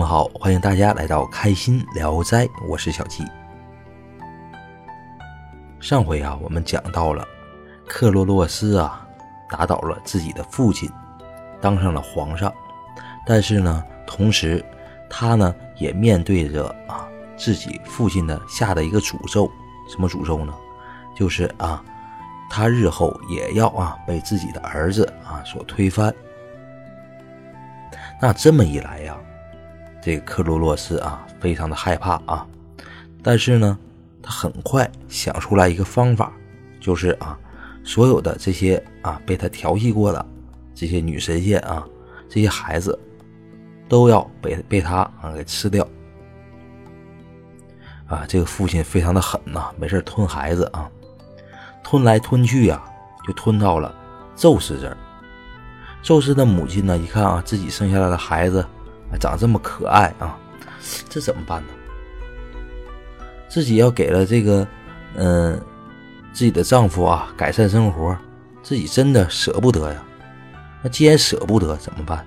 好，欢迎大家来到开心聊斋，我是小七。上回我们讲到了克洛洛斯打倒了自己的父亲，当上了皇上，但是呢，同时他呢也面对着自己父亲的下的一个诅咒。什么诅咒呢？就是他日后也要被自己的儿子所推翻。那这么一来这个克洛洛斯非常的害怕但是呢他很快想出来一个方法，就是所有的这些被他调戏过的这些女神仙这些孩子都要被他给吃掉。这个父亲非常的狠没事吞孩子吞来吞去就吞到了宙斯这儿。宙斯的母亲呢一看自己生下来的孩子长这么可爱这怎么办呢？自己要给了这个自己的丈夫改善生活，自己真的舍不得呀。那既然舍不得怎么办？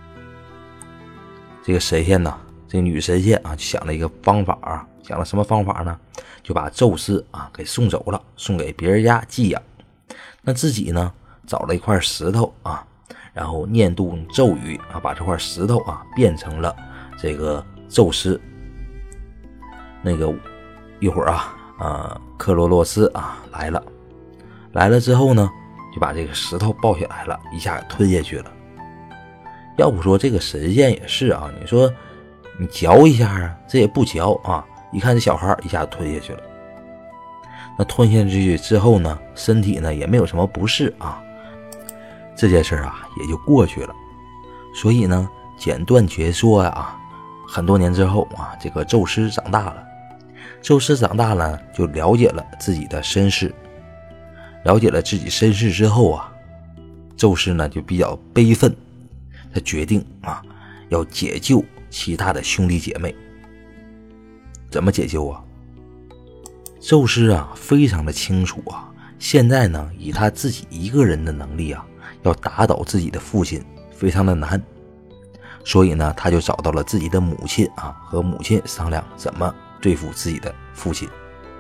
这个神仙这个女神仙就想了一个方法想了什么方法呢？就把宙斯给送走了，送给别人家寄养。那自己呢找了一块石头然后念动咒语把这块石头变成了这个宙斯。那个一会儿克洛洛斯来了之后呢，就把这个石头抱起来了，一下吞下去了。要不说这个神仙也是你说你嚼一下这也不嚼一看这小孩一下吞下去了。那吞下去之后呢，身体呢也没有什么不适这件事也就过去了。所以呢，简短截说很多年之后这个宙斯长大了。宙斯长大了就了解了自己的身世，了解了自己身世之后宙斯呢就比较悲愤，他决定要解救其他的兄弟姐妹。怎么解救宙斯非常的清楚现在呢以他自己一个人的能力要打倒自己的父亲非常的难。所以呢他就找到了自己的母亲和母亲商量怎么对付自己的父亲。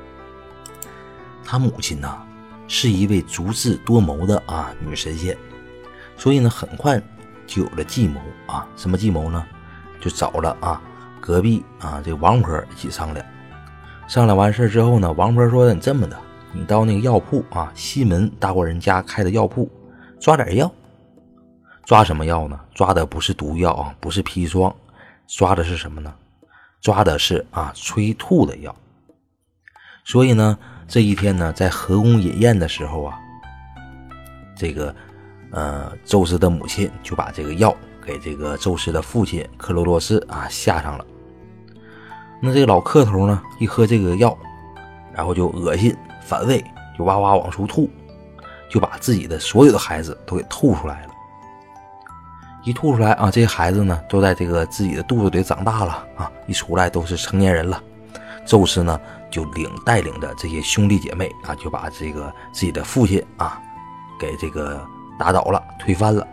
他母亲呢是一位足智多谋的女神仙，所以呢很快就有了计谋什么计谋呢？就找了隔壁这个王婆一起商量。商量完事之后呢，王婆说你这么的，你到那个药铺西门大官人家开的药铺抓点药。抓什么药呢？抓的不是毒药不是砒霜，抓的是什么呢？抓的是催吐的药。所以呢这一天呢在河宫饮宴的时候这个宙斯的母亲就把这个药给这个宙斯的父亲克洛洛斯下上了。那这个老客头呢一喝这个药，然后就恶心反胃，就哇哇往出吐，就把自己的所有的孩子都给吐出来了。一吐出来这些孩子呢都在这个自己的肚子里长大了一出来都是成年人了。宙斯呢就带领着这些兄弟姐妹就把这个自己的父亲给这个打倒了，推翻了。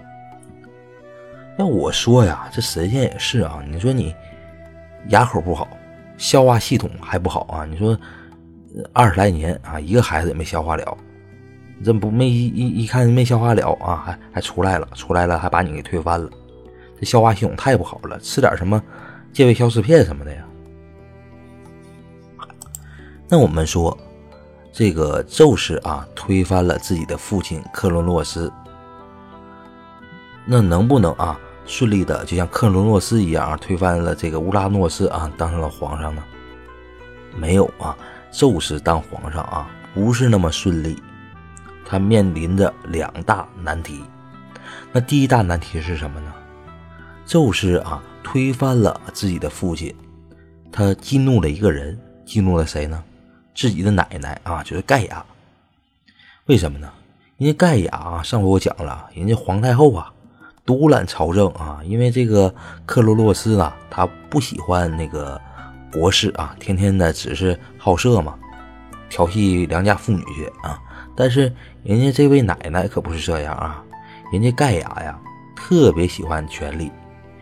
要我说这神仙也是你说你牙口不好，消化系统还不好你说20来年一个孩子也没消化了，这不没一看没消化了还出来了还把你给推翻了。这消化系统太不好了，吃点什么健胃消食片什么的呀。那我们说这个宙斯推翻了自己的父亲克洛洛斯，那能不能顺利的就像克洛洛斯一样推翻了这个乌拉诺斯当上了皇上呢？没有宙斯当皇上不是那么顺利，他面临着2大难题。那第一大难题是什么呢？宙斯推翻了自己的父亲，他激怒了一个人，激怒了谁呢？自己的奶奶就是盖亚。为什么呢？人家盖亚上回我讲了，人家皇太后独揽朝政因为这个克洛洛斯他不喜欢那个国事天天的只是好色嘛，调戏良家妇女去但是人家这位奶奶可不是这样人家盖亚特别喜欢权力，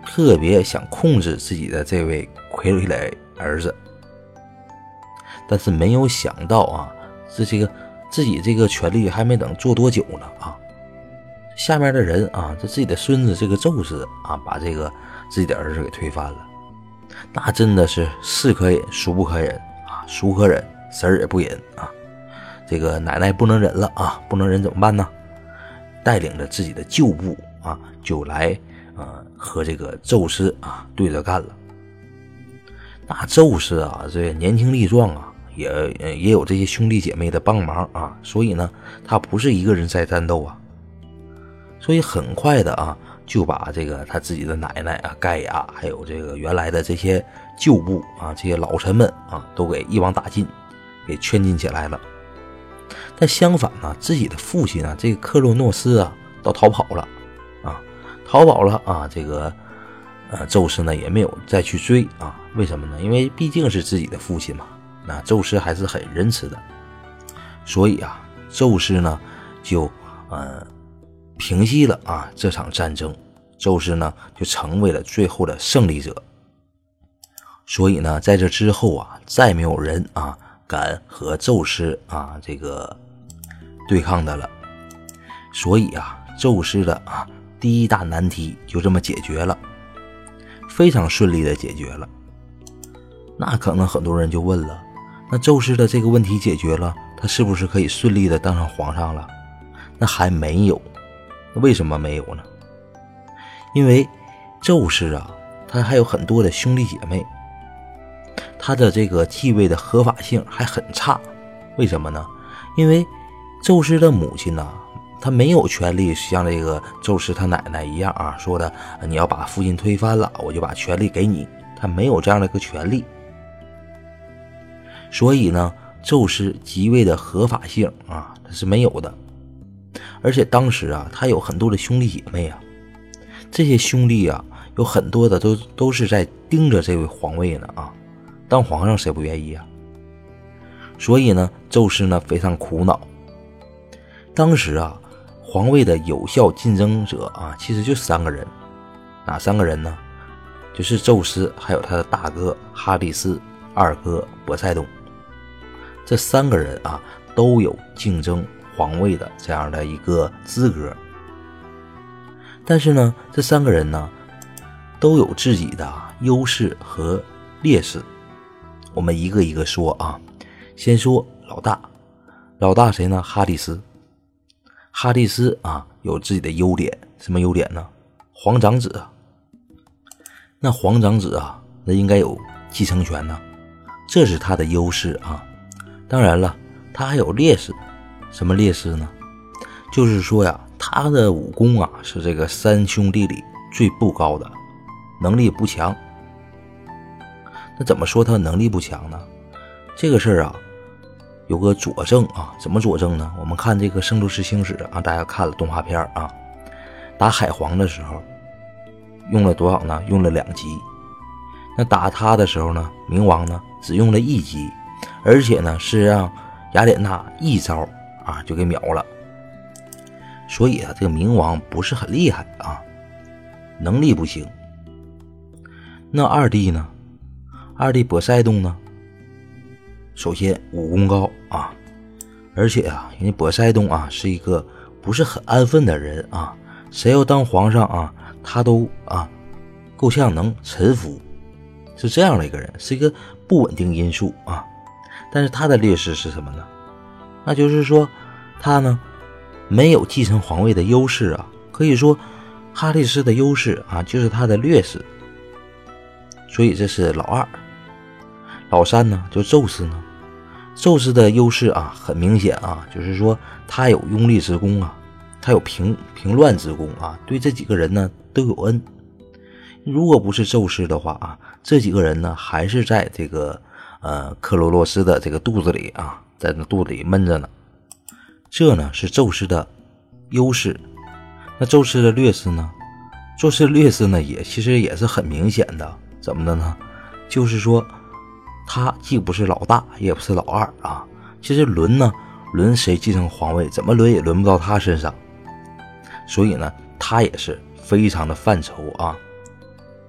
特别想控制自己的这位傀儡儿子，但是没有想到啊，自己这个权力还没等做多久呢啊，下面的人啊，这自己的孙子这个宙斯啊，把这个自己的儿子给推翻了，那真的是是可忍孰不可忍啊，孰可忍死儿也不忍啊。这个奶奶不能忍了啊，不能忍怎么办呢？带领着自己的旧部啊，就来和这个宙斯啊对着干了。那宙斯啊，这年轻力壮啊，也有这些兄弟姐妹的帮忙啊，所以呢，他不是一个人在战斗啊，所以很快的啊，就把这个他自己的奶奶啊盖亚，还有这个原来的这些旧部啊，这些老臣们啊，都给一网打尽，给圈禁起来了。但相反呢，自己的父亲啊，这个克洛诺斯啊，倒逃跑了啊，这个宙斯呢也没有再去追啊，为什么呢？因为毕竟是自己的父亲嘛，那宙斯还是很仁慈的，所以啊，宙斯呢就平息了啊这场战争，宙斯呢就成为了最后的胜利者。所以呢，在这之后啊，再没有人啊敢和宙斯啊这个对抗的了。所以啊，宙斯的啊第一大难题就这么解决了，非常顺利的解决了。那可能很多人就问了，那宙斯的这个问题解决了，他是不是可以顺利的当上皇上了？那还没有。为什么没有呢？因为宙斯啊，他还有很多的兄弟姐妹，他的这个继位的合法性还很差。为什么呢？因为宙斯的母亲呢，他没有权利像这个宙斯他奶奶一样啊，说的你要把父亲推翻了，我就把权力给你，他没有这样的一个权利。所以呢，宙斯即位的合法性啊，他是没有的。而且当时啊，他有很多的兄弟姐妹啊，这些兄弟啊，有很多的都是在盯着这位皇位呢啊，当皇上谁不愿意啊？所以呢，宙斯呢非常苦恼。当时啊，皇位的有效竞争者啊，其实就3个人。哪3个人呢？就是宙斯，还有他的大哥哈迪斯，二哥波塞冬。这3个人啊，都有竞争皇位的这样的一个资格。但是呢，这3个人呢，都有自己的优势和劣势。我们一个一个说啊。先说老大谁呢？哈迪斯啊，有自己的优点。什么优点呢？皇长子啊。那皇长子啊，那应该有继承权呢，这是他的优势啊。当然了，他还有劣势。什么劣势呢？就是说呀，他的武功啊是这个3兄弟里最不高的，能力不强。那怎么说他能力不强呢？这个事儿啊，有个佐证啊。怎么佐证呢？我们看这个《圣斗士星矢》啊，大家看了动画片啊，打海皇的时候用了多少呢？用了2级。那打他的时候呢，冥王呢只用了1级，而且呢是让雅典娜一招啊就给秒了。所以啊，这个冥王不是很厉害啊，能力不行。那二弟呢？二弟波塞冬呢？首先武功高啊，而且啊，人家波塞冬啊是一个不是很安分的人啊，谁要当皇上啊，他都啊够呛能臣服，是这样的一个人，是一个不稳定因素啊。但是他的劣势是什么呢？那就是说他呢没有继承皇位的优势啊，可以说哈迪斯的优势啊就是他的劣势。所以这是老2。老3呢，就宙斯呢。宙斯的优势啊很明显啊，就是说他有拥立之功啊，他有平乱之功啊，对这几个人呢都有恩。如果不是宙斯的话啊，这几个人呢还是在这个克罗洛斯的这个肚子里啊，在那肚子里闷着呢。这呢是宙斯的优势。那宙斯的劣势呢？宙斯的劣势呢其实也是很明显的。怎么的呢？就是说他既不是老大，也不是老2啊。其实轮谁继承皇位，怎么轮也轮不到他身上。所以呢，他也是非常的犯愁啊。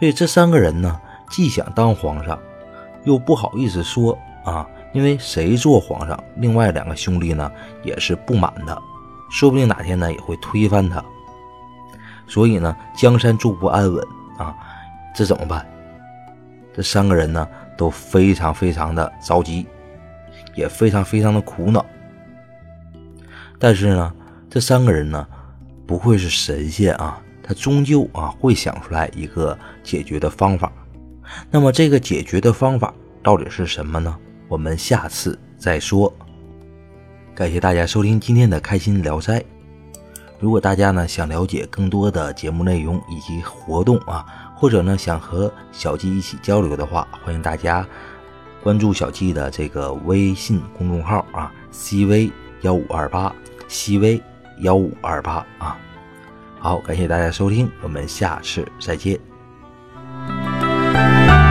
所以这3个人呢，既想当皇上，又不好意思说啊，因为谁做皇上，另外2个兄弟呢也是不满的，说不定哪天呢也会推翻他。所以呢，江山坐不安稳啊，这怎么办？这3个人呢都非常非常的着急，也非常非常的苦恼。但是呢，这3个人呢不会是神仙啊，他终究会想出来一个解决的方法。那么这个解决的方法到底是什么呢？我们下次再说。感谢大家收听今天的开心聊斋。如果大家呢想了解更多的节目内容以及活动或者呢想和小纪一起交流的话，欢迎大家关注小纪的这个微信公众号CV1528 CV1528 好，感谢大家收听，我们下次再见。